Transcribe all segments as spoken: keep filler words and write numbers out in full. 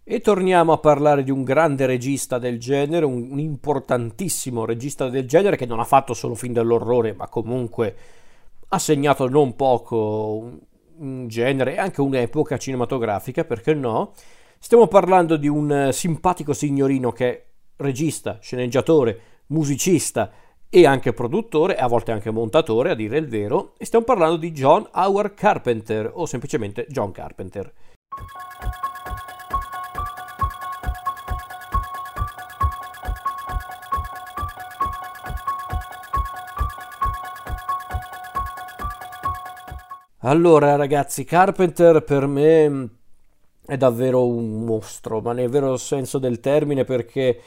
E torniamo a parlare di un grande regista del genere, un, un importantissimo regista del genere che non ha fatto solo film dell'orrore, ma comunque ha segnato non poco un, un genere e anche un'epoca cinematografica, perché no? Stiamo parlando di un simpatico signorino che è regista, sceneggiatore, musicista e anche produttore, e a volte anche montatore, a dire il vero, e stiamo parlando di John Howard Carpenter, o semplicemente John Carpenter. Allora ragazzi, Carpenter per me è davvero un mostro, ma nel vero senso del termine, perché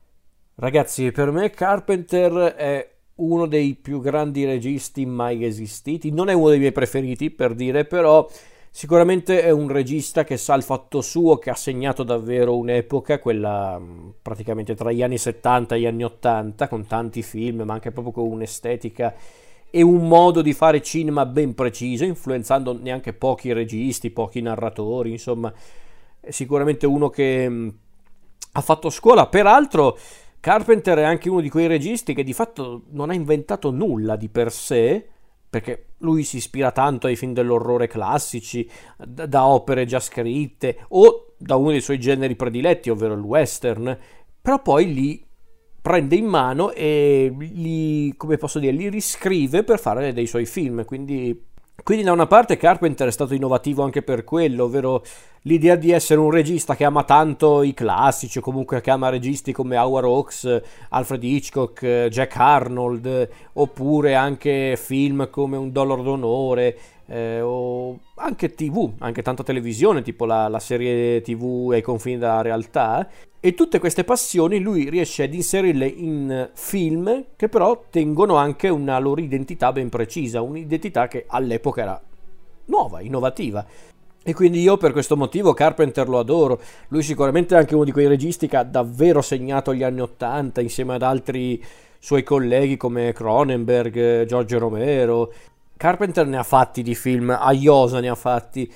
ragazzi, per me Carpenter è uno dei più grandi registi mai esistiti. Non è uno dei miei preferiti, per dire, però sicuramente è un regista che sa il fatto suo, che ha segnato davvero un'epoca, quella praticamente tra gli anni settanta e gli anni ottanta, con tanti film, ma anche proprio con un'estetica e un modo di fare cinema ben preciso, influenzando neanche pochi registi, pochi narratori. Insomma, è sicuramente uno che mh, ha fatto scuola. Peraltro Carpenter è anche uno di quei registi che di fatto non ha inventato nulla di per sé, perché lui si ispira tanto ai film dell'orrore classici, da, da opere già scritte o da uno dei suoi generi prediletti, ovvero il western, però poi li prende in mano e li, come posso dire, li riscrive per fare dei suoi film. Quindi, quindi da una parte Carpenter è stato innovativo anche per quello, ovvero l'idea di essere un regista che ama tanto i classici, o comunque che ama registi come Howard Hawks, Alfred Hitchcock, Jack Arnold, oppure anche film come Un dollaro d'onore, eh, o anche tivù, anche tanta televisione, tipo la, la serie tivù ai confini della realtà. E tutte queste passioni lui riesce ad inserirle in film che però tengono anche una loro identità ben precisa, un'identità che all'epoca era nuova, innovativa. E quindi io per questo motivo Carpenter lo adoro. Lui sicuramente è anche uno di quei registi che ha davvero segnato gli anni ottanta, insieme ad altri suoi colleghi come Cronenberg, George Romero. Carpenter ne ha fatti di film, a iosa ne ha fatti.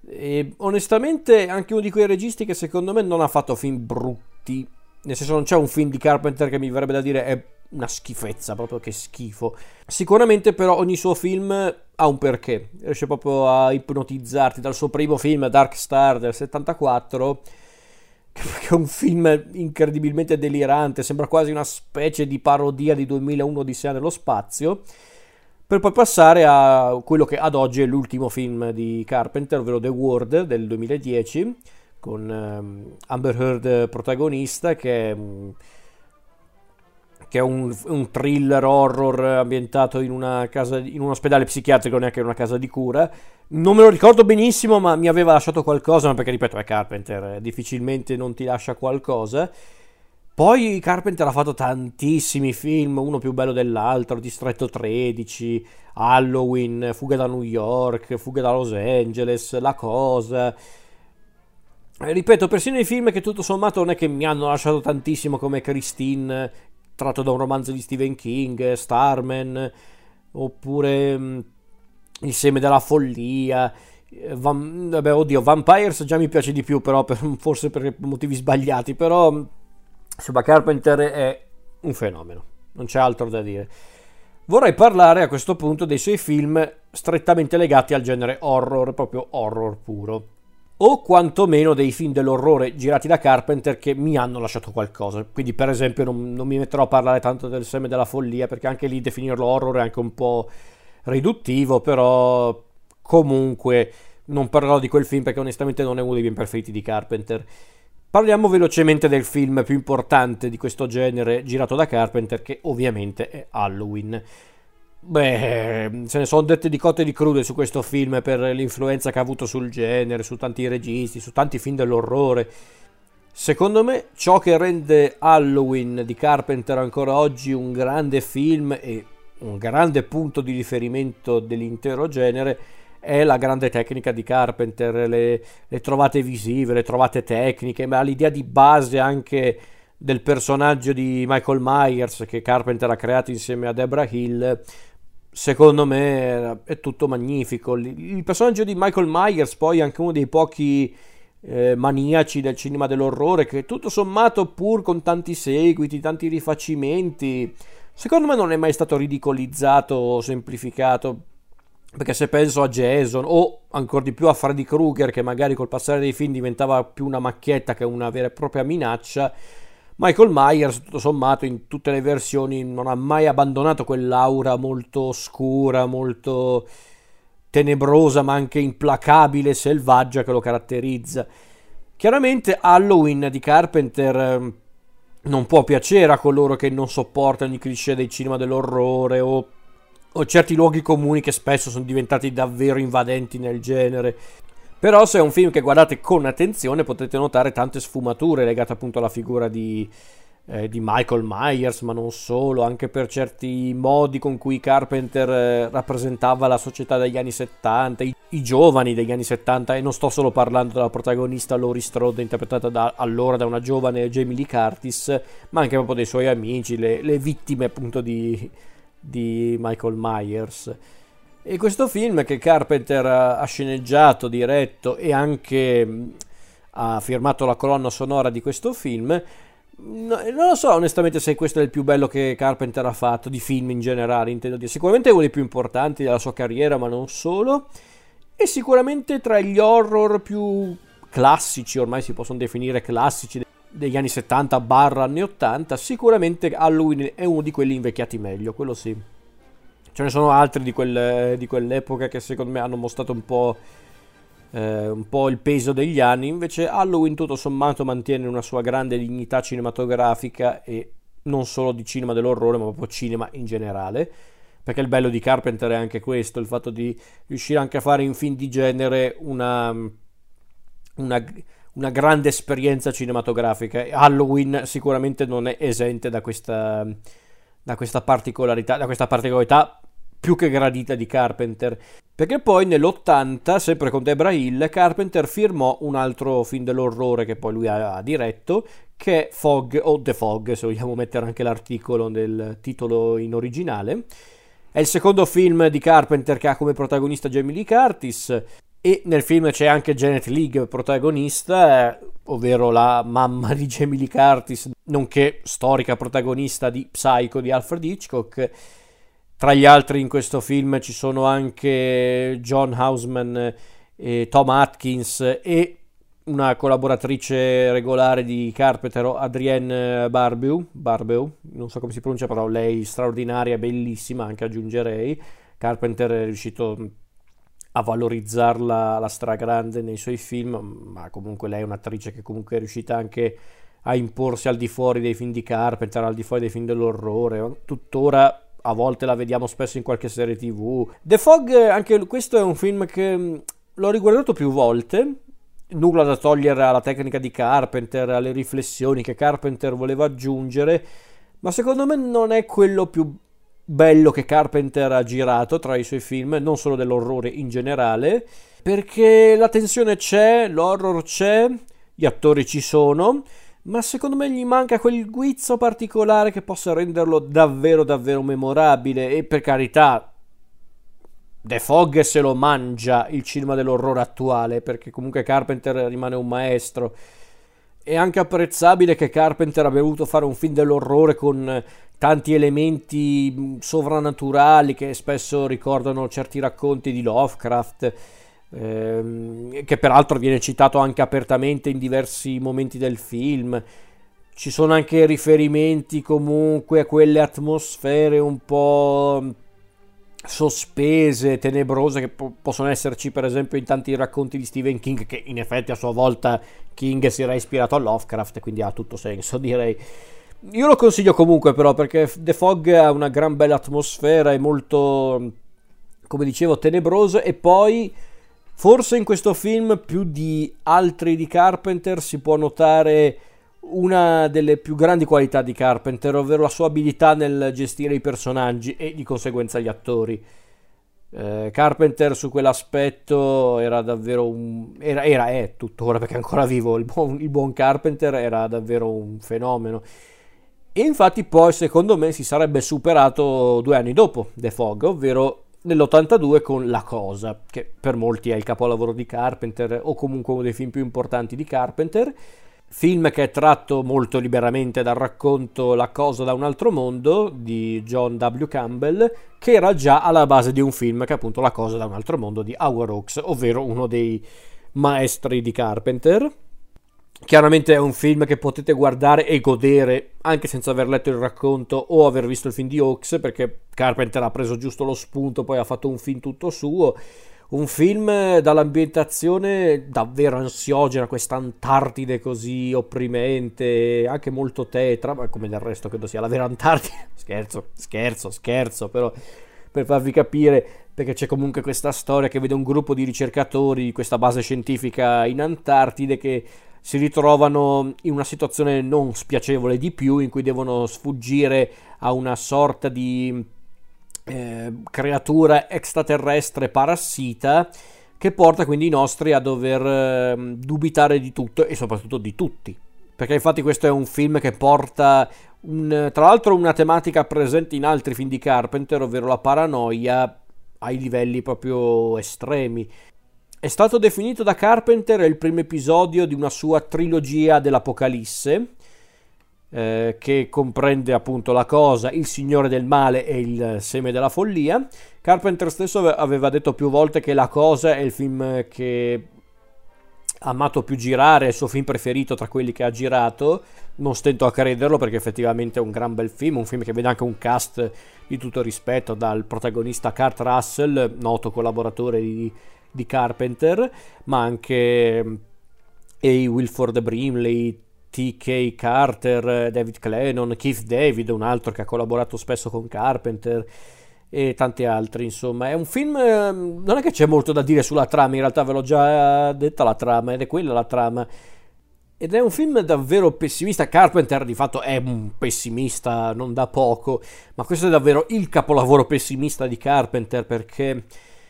E onestamente è anche uno di quei registi che secondo me non ha fatto film brutti, nel senso non c'è un film di Carpenter che mi verrebbe da dire è una schifezza, proprio che schifo. Sicuramente però ogni suo film ha un perché, riesce proprio a ipnotizzarti. Dal suo primo film Dark Star del settantaquattro, che è un film incredibilmente delirante, sembra quasi una specie di parodia di duemilauno Odissea nello spazio, per poi passare a quello che ad oggi è l'ultimo film di Carpenter, ovvero The Ward del duemiladieci, con um, Amber Heard protagonista, che è, um, che è un, un thriller horror ambientato in una casa, in un ospedale psichiatrico, neanche in una casa di cura. Non me lo ricordo benissimo, ma mi aveva lasciato qualcosa, ma perché ripeto è Carpenter, difficilmente non ti lascia qualcosa. Poi Carpenter ha fatto tantissimi film, uno più bello dell'altro, Distretto tredici, Halloween, Fuga da New York, Fuga da Los Angeles, La Cosa. Eh, ripeto, persino i film che tutto sommato non è che mi hanno lasciato tantissimo, come Christine, tratto da un romanzo di Stephen King, Starman, oppure mh, Il seme della follia. Van, vabbè, oddio, Vampires già mi piace di più, però per, forse per motivi sbagliati, però insomma Carpenter è un fenomeno, non c'è altro da dire. Vorrei parlare a questo punto dei suoi film strettamente legati al genere horror, proprio horror puro, o quantomeno dei film dell'orrore girati da Carpenter che mi hanno lasciato qualcosa. Quindi per esempio non, non mi metterò a parlare tanto del seme della follia, perché anche lì definirlo horror è anche un po' riduttivo, però comunque non parlerò di quel film perché onestamente non è uno dei miei preferiti di Carpenter. Parliamo velocemente del film più importante di questo genere girato da Carpenter, che ovviamente è Halloween. Beh, se ne sono dette di cotte e di crude su questo film per l'influenza che ha avuto sul genere, su tanti registi, su tanti film dell'orrore. Secondo me ciò che rende Halloween di Carpenter ancora oggi un grande film e un grande punto di riferimento dell'intero genere è la grande tecnica di Carpenter, le, le trovate visive, le trovate tecniche, ma l'idea di base anche del personaggio di Michael Myers che Carpenter ha creato insieme a Deborah Hill. Secondo me è tutto magnifico. Il personaggio di Michael Myers poi è anche uno dei pochi eh, maniaci del cinema dell'orrore, che tutto sommato, pur con tanti seguiti, tanti rifacimenti, secondo me non è mai stato ridicolizzato o semplificato. Perché se penso a Jason o ancora di più a Freddy Krueger, che magari col passare dei film diventava più una macchietta che una vera e propria minaccia, Michael Myers tutto sommato in tutte le versioni non ha mai abbandonato quell'aura molto oscura, molto tenebrosa ma anche implacabile, selvaggia che lo caratterizza. Chiaramente Halloween di Carpenter eh, non può piacere a coloro che non sopportano i cliché del cinema dell'orrore o o certi luoghi comuni che spesso sono diventati davvero invadenti nel genere. Però se è un film che guardate con attenzione potete notare tante sfumature legate appunto alla figura di, eh, di Michael Myers, ma non solo, anche per certi modi con cui Carpenter eh, rappresentava la società degli anni settanta, i, i giovani degli anni settanta, e non sto solo parlando della protagonista Laurie Strode interpretata da, allora da una giovane Jamie Lee Curtis, ma anche proprio dei suoi amici, le, le vittime appunto di di Michael Myers. E questo film che Carpenter ha sceneggiato, diretto e anche mh, ha firmato la colonna sonora di questo film, no, non lo so onestamente se questo è il più bello che Carpenter ha fatto, di film in generale intendo dire. Sicuramente è uno dei più importanti della sua carriera, ma non solo, e sicuramente tra gli horror più classici, ormai si possono definire classici, degli anni settanta barra anni ottanta, sicuramente Halloween è uno di quelli invecchiati meglio, quello sì. Ce ne sono altri di, quel, di quell'epoca che secondo me hanno mostrato un po', eh, un po' il peso degli anni, invece Halloween tutto sommato mantiene una sua grande dignità cinematografica, e non solo di cinema dell'orrore ma proprio cinema in generale, perché il bello di Carpenter è anche questo, il fatto di riuscire anche a fare in film di genere una... una una grande esperienza cinematografica. Halloween sicuramente non è esente da questa, da questa particolarità, da questa particolarità più che gradita di Carpenter, perché poi nell'ottanta, sempre con Debra Hill, Carpenter firmò un altro film dell'orrore che poi lui ha diretto, che è Fog, o The Fog, se vogliamo mettere anche l'articolo nel titolo in originale. È il secondo film di Carpenter che ha come protagonista Jamie Lee Curtis, e nel film c'è anche Janet Leigh protagonista, eh, ovvero la mamma di Jamie Lee Curtis, nonché storica protagonista di Psycho di Alfred Hitchcock. Tra gli altri in questo film ci sono anche John Houseman e Tom Atkins e una collaboratrice regolare di Carpenter, Adrienne Barbeau, Barbeau, non so come si pronuncia, però lei straordinaria, bellissima anche, aggiungerei. Carpenter è riuscito a valorizzarla la stragrande nei suoi film, ma comunque lei è un'attrice che comunque è riuscita anche a imporsi al di fuori dei film di Carpenter, al di fuori dei film dell'orrore. Tuttora a volte la vediamo spesso in qualche serie tv. The Fog, anche questo è un film che l'ho riguardato più volte, nulla da togliere alla tecnica di Carpenter, alle riflessioni che Carpenter voleva aggiungere, ma secondo me non è quello più bello che Carpenter ha girato tra i suoi film, non solo dell'orrore in generale, perché la tensione c'è, l'horror c'è, gli attori ci sono, ma secondo me gli manca quel guizzo particolare che possa renderlo davvero davvero memorabile. E per carità, The Fog se lo mangia il cinema dell'orrore attuale, perché comunque Carpenter rimane un maestro. È anche apprezzabile che Carpenter abbia voluto fare un film dell'orrore con tanti elementi sovrannaturali che spesso ricordano certi racconti di Lovecraft, ehm, che peraltro viene citato anche apertamente in diversi momenti del film. Ci sono anche riferimenti comunque a quelle atmosfere un po' sospese, tenebrose, che po- possono esserci per esempio in tanti racconti di Stephen King, che in effetti a sua volta King si era ispirato a Lovecraft, quindi ha tutto senso, direi. Io lo consiglio comunque però, perché The Fog ha una gran bella atmosfera, è molto, come dicevo, tenebroso, e poi forse in questo film più di altri di Carpenter si può notare una delle più grandi qualità di Carpenter, ovvero la sua abilità nel gestire i personaggi e di conseguenza gli attori. Eh, Carpenter su quell'aspetto era davvero un... era, era è tuttora, perché è ancora vivo, il buon, il buon Carpenter era davvero un fenomeno. E infatti poi secondo me si sarebbe superato due anni dopo The Fog, ovvero nell'ottantadue con La Cosa, che per molti è il capolavoro di Carpenter o comunque uno dei film più importanti di Carpenter, film che è tratto molto liberamente dal racconto La Cosa da un altro mondo di John W. Campbell, che era già alla base di un film che è appunto La Cosa da un altro mondo di Howard Hawks, ovvero uno dei maestri di Carpenter. Chiaramente è un film che potete guardare e godere anche senza aver letto il racconto o aver visto il film di Hawks, perché Carpenter ha preso giusto lo spunto, poi ha fatto un film tutto suo. Un film dall'ambientazione davvero ansiogena, questa Antartide così opprimente, anche molto tetra, ma come del resto credo sia la vera Antartide. Scherzo, scherzo, scherzo, però per farvi capire, perché c'è comunque questa storia che vede un gruppo di ricercatori di questa base scientifica in Antartide che si ritrovano in una situazione non spiacevole di più, in cui devono sfuggire a una sorta di eh, creatura extraterrestre parassita che porta quindi i nostri a dover eh, dubitare di tutto e soprattutto di tutti. Perché infatti questo è un film che porta un, tra l'altro una tematica presente in altri film di Carpenter, ovvero la paranoia ai livelli proprio estremi. È stato definito da Carpenter il primo episodio di una sua trilogia dell'Apocalisse, eh, che comprende appunto La Cosa, Il Signore del Male e Il Seme della Follia. Carpenter stesso aveva detto più volte che La Cosa è il film che ha amato più girare, è il suo film preferito tra quelli che ha girato. Non stento a crederlo, perché effettivamente è un gran bel film, un film che vede anche un cast di tutto rispetto, dal protagonista Kurt Russell, noto collaboratore di di Carpenter, ma anche A. Wilford Brimley, T K. Carter, David Clennon, Keith David, un altro che ha collaborato spesso con Carpenter, e tanti altri. Insomma, è un film, non è che c'è molto da dire sulla trama, in realtà ve l'ho già detta la trama, ed è quella la trama. Ed è un film davvero pessimista. Carpenter di fatto è un pessimista non da poco, ma questo è davvero il capolavoro pessimista di Carpenter, perché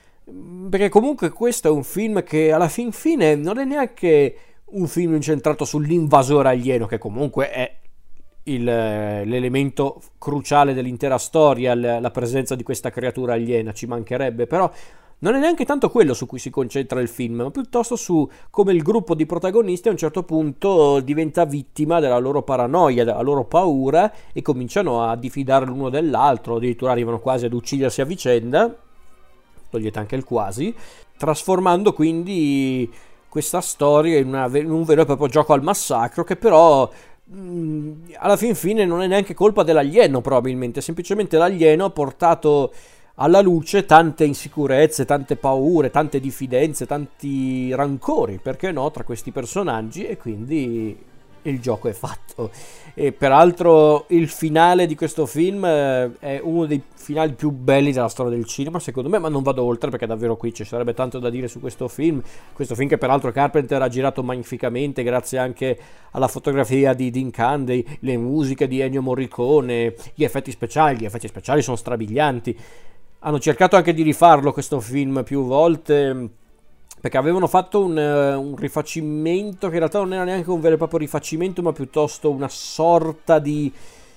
perché comunque questo è un film che alla fin fine non è neanche un film incentrato sull'invasore alieno, che comunque è il, l'elemento cruciale dell'intera storia, la presenza di questa creatura aliena, ci mancherebbe, però non è neanche tanto quello su cui si concentra il film, ma piuttosto su come il gruppo di protagonisti a un certo punto diventa vittima della loro paranoia, della loro paura, e cominciano a diffidare l'uno dell'altro, addirittura arrivano quasi ad uccidersi a vicenda. Togliete anche il quasi, trasformando quindi questa storia in, una, in un vero e proprio gioco al massacro, che però mh, alla fin fine non è neanche colpa dell'alieno, probabilmente semplicemente l'alieno ha portato alla luce tante insicurezze, tante paure, tante diffidenze, tanti rancori, perché no, tra questi personaggi, e quindi il gioco è fatto. E peraltro il finale di questo film è uno dei finali più belli della storia del cinema, secondo me, ma non vado oltre, perché davvero qui ci sarebbe tanto da dire su questo film. Questo film che peraltro Carpenter ha girato magnificamente, grazie anche alla fotografia di Dean Candy, le musiche di Ennio Morricone, gli effetti speciali, gli effetti speciali sono strabilianti. Hanno cercato anche di rifarlo questo film più volte, perché avevano fatto un, uh, un rifacimento che in realtà non era neanche un vero e proprio rifacimento, ma piuttosto una sorta di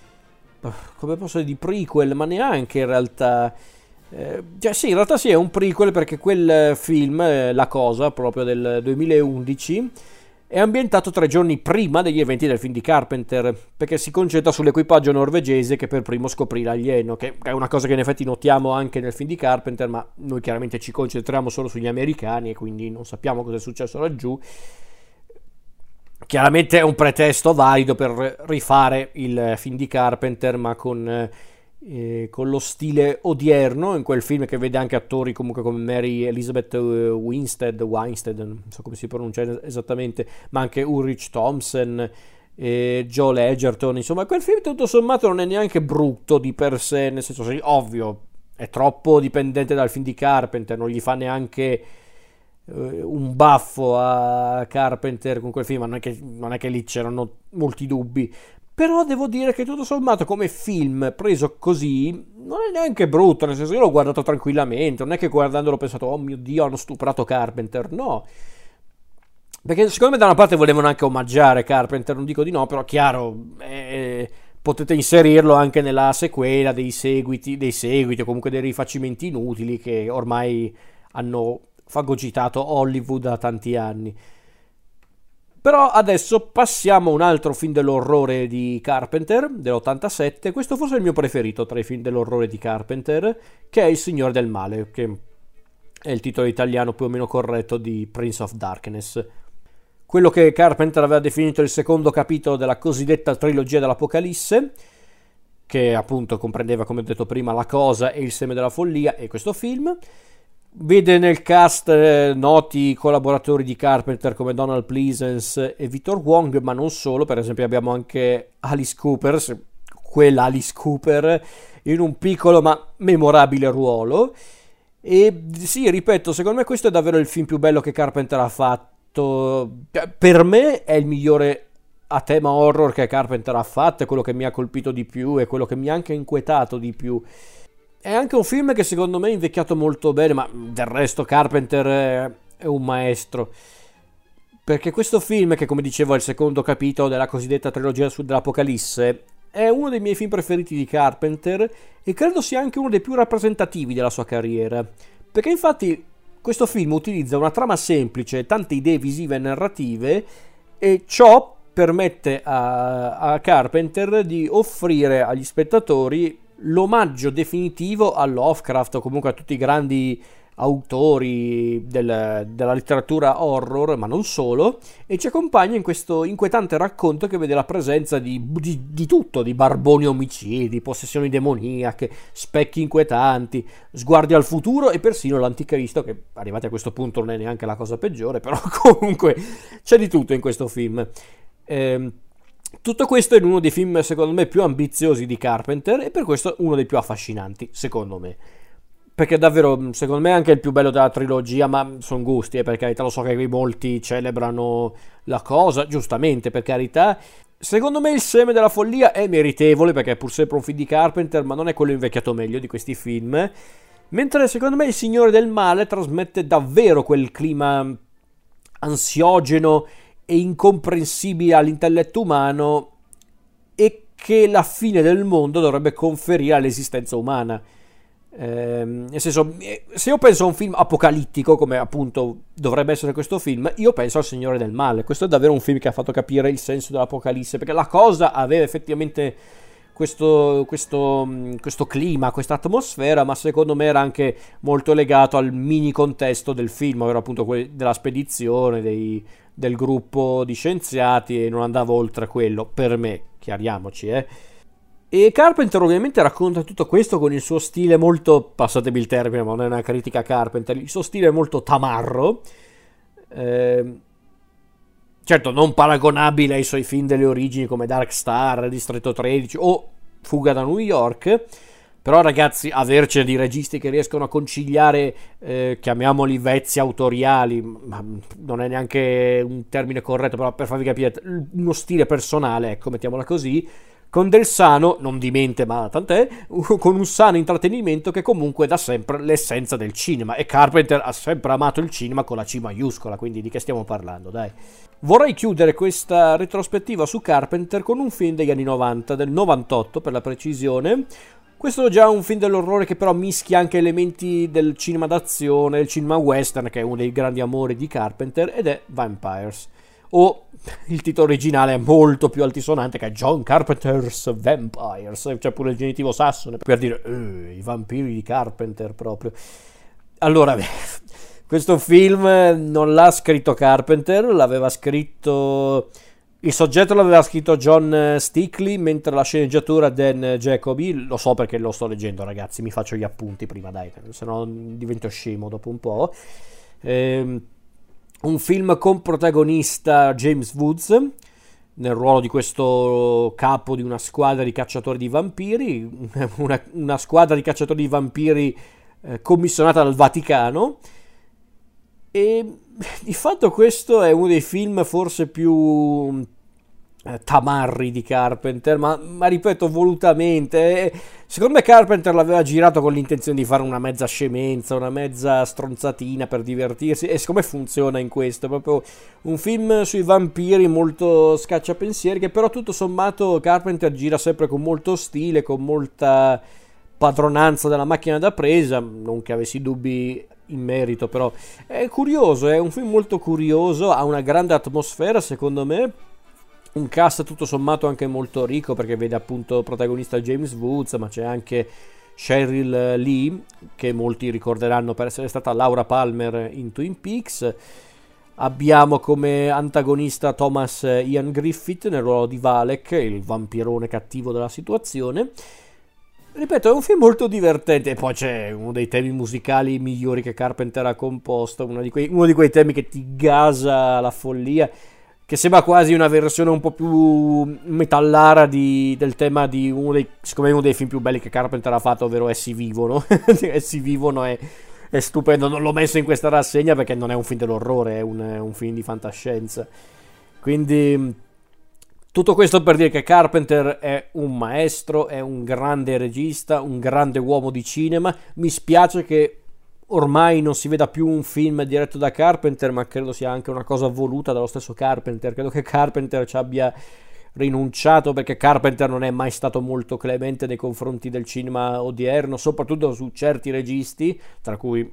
uh, come posso dire, di prequel, ma neanche in realtà eh, cioè sì, in realtà sì, è un prequel, perché quel film, eh, La Cosa, proprio del duemilaundici, è ambientato tre giorni prima degli eventi del film di Carpenter, perché si concentra sull'equipaggio norvegese che per primo scoprì l'alieno, che è una cosa che in effetti notiamo anche nel film di Carpenter, ma noi chiaramente ci concentriamo solo sugli americani e quindi non sappiamo cosa è successo laggiù. Chiaramente è un pretesto valido per rifare il film di Carpenter, ma con... Eh, con lo stile odierno, in quel film che vede anche attori comunque come Mary Elizabeth Winstead, Winstead, non so come si pronuncia esattamente, ma anche Ulrich Thompson, eh, Joel Edgerton. Insomma, quel film tutto sommato non è neanche brutto di per sé, nel senso, sì, ovvio, è troppo dipendente dal film di Carpenter, non gli fa neanche eh, un baffo a Carpenter con quel film, ma non è che, non è che lì c'erano molti dubbi. Però devo dire che tutto sommato come film preso così non è neanche brutto, nel senso, io l'ho guardato tranquillamente, non è che guardandolo ho pensato oh mio Dio hanno stuprato Carpenter, no, perché secondo me da una parte volevano anche omaggiare Carpenter, non dico di no, però chiaro, eh, potete inserirlo anche nella sequela, dei seguiti, dei seguiti o comunque dei rifacimenti inutili che ormai hanno fagocitato Hollywood da tanti anni. Però adesso passiamo a un altro film dell'orrore di Carpenter, dell'ottantasette. Questo forse è il mio preferito tra i film dell'orrore di Carpenter, che è Il Signore del Male, che è il titolo italiano più o meno corretto di Prince of Darkness. Quello che Carpenter aveva definito il secondo capitolo della cosiddetta trilogia dell'Apocalisse, che appunto comprendeva, come ho detto prima, La Cosa e Il Seme della Follia e questo film. Vede nel cast eh, noti collaboratori di Carpenter come Donald Pleasence e Victor Wong, ma non solo. Per esempio abbiamo anche Alice Cooper, quella Alice Cooper, in un piccolo ma memorabile ruolo. E sì, ripeto, secondo me questo è davvero il film più bello che Carpenter ha fatto. Per me è il migliore a tema horror che Carpenter ha fatto, è quello che mi ha colpito di più, è quello che mi ha anche inquietato di più. È anche un film che secondo me è invecchiato molto bene, ma del resto Carpenter è, è un maestro. Perché questo film, che come dicevo è il secondo capitolo della cosiddetta trilogia dell'Apocalisse, è uno dei miei film preferiti di Carpenter e credo sia anche uno dei più rappresentativi della sua carriera. Perché infatti questo film utilizza una trama semplice e tante idee visive e narrative, e ciò permette a, a Carpenter di offrire agli spettatori l'omaggio definitivo a Lovecraft o comunque a tutti i grandi autori del, della letteratura horror, ma non solo, e ci accompagna in questo inquietante racconto che vede la presenza di, di, di tutto, di barboni omicidi, possessioni demoniache, specchi inquietanti, sguardi al futuro e persino l'anticristo, che arrivati a questo punto non è neanche la cosa peggiore, però comunque c'è di tutto in questo film. Ehm, Tutto questo è uno dei film secondo me più ambiziosi di Carpenter e per questo uno dei più affascinanti secondo me, perché davvero secondo me è anche il più bello della trilogia, ma sono gusti, eh, per carità, lo so che molti celebrano La Cosa, giustamente, per carità. Secondo me Il Seme della Follia è meritevole perché è pur sempre un film di Carpenter, ma non è quello invecchiato meglio di questi film, mentre secondo me Il Signore del Male trasmette davvero quel clima ansiogeno e incomprensibile all'intelletto umano e che la fine del mondo dovrebbe conferire all'esistenza umana. Eh, nel senso, se io penso a un film apocalittico come appunto dovrebbe essere questo film, io penso al Signore del Male. Questo è davvero un film che ha fatto capire il senso dell'Apocalisse, perché La Cosa aveva effettivamente questo, questo, questo clima, questa atmosfera, ma secondo me era anche molto legato al mini contesto del film, ovvero appunto della spedizione, dei, del gruppo di scienziati, e non andava oltre quello, per me, chiariamoci, eh. E Carpenter ovviamente racconta tutto questo con il suo stile molto, passatemi il termine, ma non è una critica a Carpenter, il suo stile è molto tamarro, eh, certo non paragonabile ai suoi film delle origini come Dark Star, Distretto tredici o Fuga da New York. Però ragazzi, avercene di registi che riescono a conciliare, eh, chiamiamoli vezzi autoriali, ma non è neanche un termine corretto, però per farvi capire, uno stile personale, ecco, mettiamola così, con del sano, non di mente ma tant'è, con un sano intrattenimento che comunque dà sempre l'essenza del cinema, e Carpenter ha sempre amato il cinema con la C maiuscola, quindi di che stiamo parlando, dai. Vorrei chiudere questa retrospettiva su Carpenter con un film degli anni novanta, del novantotto per la precisione. Questo è già un film dell'orrore che però mischia anche elementi del cinema d'azione, del cinema western, che è uno dei grandi amori di Carpenter, ed è Vampires. O il titolo originale è molto più altisonante, che è John Carpenter's Vampires, c'è pure il genitivo sassone per dire eh, i vampiri di Carpenter proprio. Allora, beh, questo film non l'ha scritto Carpenter, l'aveva scritto... Il soggetto l'aveva scritto John Stickley, mentre la sceneggiatura Dan Jacoby, lo so perché lo sto leggendo ragazzi, mi faccio gli appunti prima, dai, se no divento scemo dopo un po'. Ehm, un film con protagonista James Woods, nel ruolo di questo capo di una squadra di cacciatori di vampiri, una, una squadra di cacciatori di vampiri eh, commissionata dal Vaticano. E di fatto questo è uno dei film forse più eh, tamarri di Carpenter, ma, ma ripeto volutamente. Eh, Secondo me Carpenter l'aveva girato con l'intenzione di fare una mezza scemenza, una mezza stronzatina per divertirsi, e siccome funziona in questo, è proprio un film sui vampiri molto scacciapensieri, che però tutto sommato Carpenter gira sempre con molto stile, con molta padronanza della macchina da presa, non che avessi dubbi in merito, però è curioso, è un film molto curioso, ha una grande atmosfera secondo me, un cast tutto sommato anche molto ricco, perché vede appunto protagonista James Woods, ma c'è anche Cheryl Lee, che molti ricorderanno per essere stata Laura Palmer in Twin Peaks. Abbiamo come antagonista Thomas Ian Griffith nel ruolo di Valek, il vampirone cattivo della situazione. Ripeto, è un film molto divertente, e poi c'è uno dei temi musicali migliori che Carpenter ha composto, uno di quei, uno di quei temi che ti gasa la follia, che sembra quasi una versione un po' più metallara di, del tema di uno dei, secondo me uno dei film più belli che Carpenter ha fatto, ovvero Essi vivono. Essi vivono è, è stupendo, non l'ho messo in questa rassegna perché non è un film dell'orrore, è un, è un film di fantascienza. Quindi tutto questo per dire che Carpenter è un maestro, è un grande regista, un grande uomo di cinema. Mi spiace che ormai non si veda più un film diretto da Carpenter, ma credo sia anche una cosa voluta dallo stesso Carpenter. Credo che Carpenter ci abbia rinunciato, perché Carpenter non è mai stato molto clemente nei confronti del cinema odierno, soprattutto su certi registi, tra cui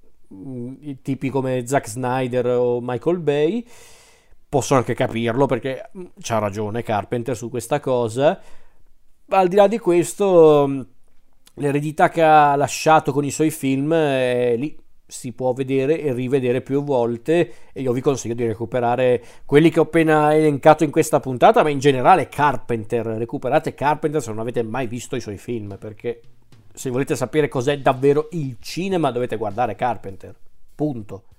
mh, tipi come Zack Snyder o Michael Bay. Posso anche capirlo, perché c'ha ragione Carpenter su questa cosa. Al di là di questo, l'eredità che ha lasciato con i suoi film è lì, si può vedere e rivedere più volte, e io vi consiglio di recuperare quelli che ho appena elencato in questa puntata, ma in generale Carpenter. Recuperate Carpenter se non avete mai visto i suoi film, perché se volete sapere cos'è davvero il cinema dovete guardare Carpenter, punto.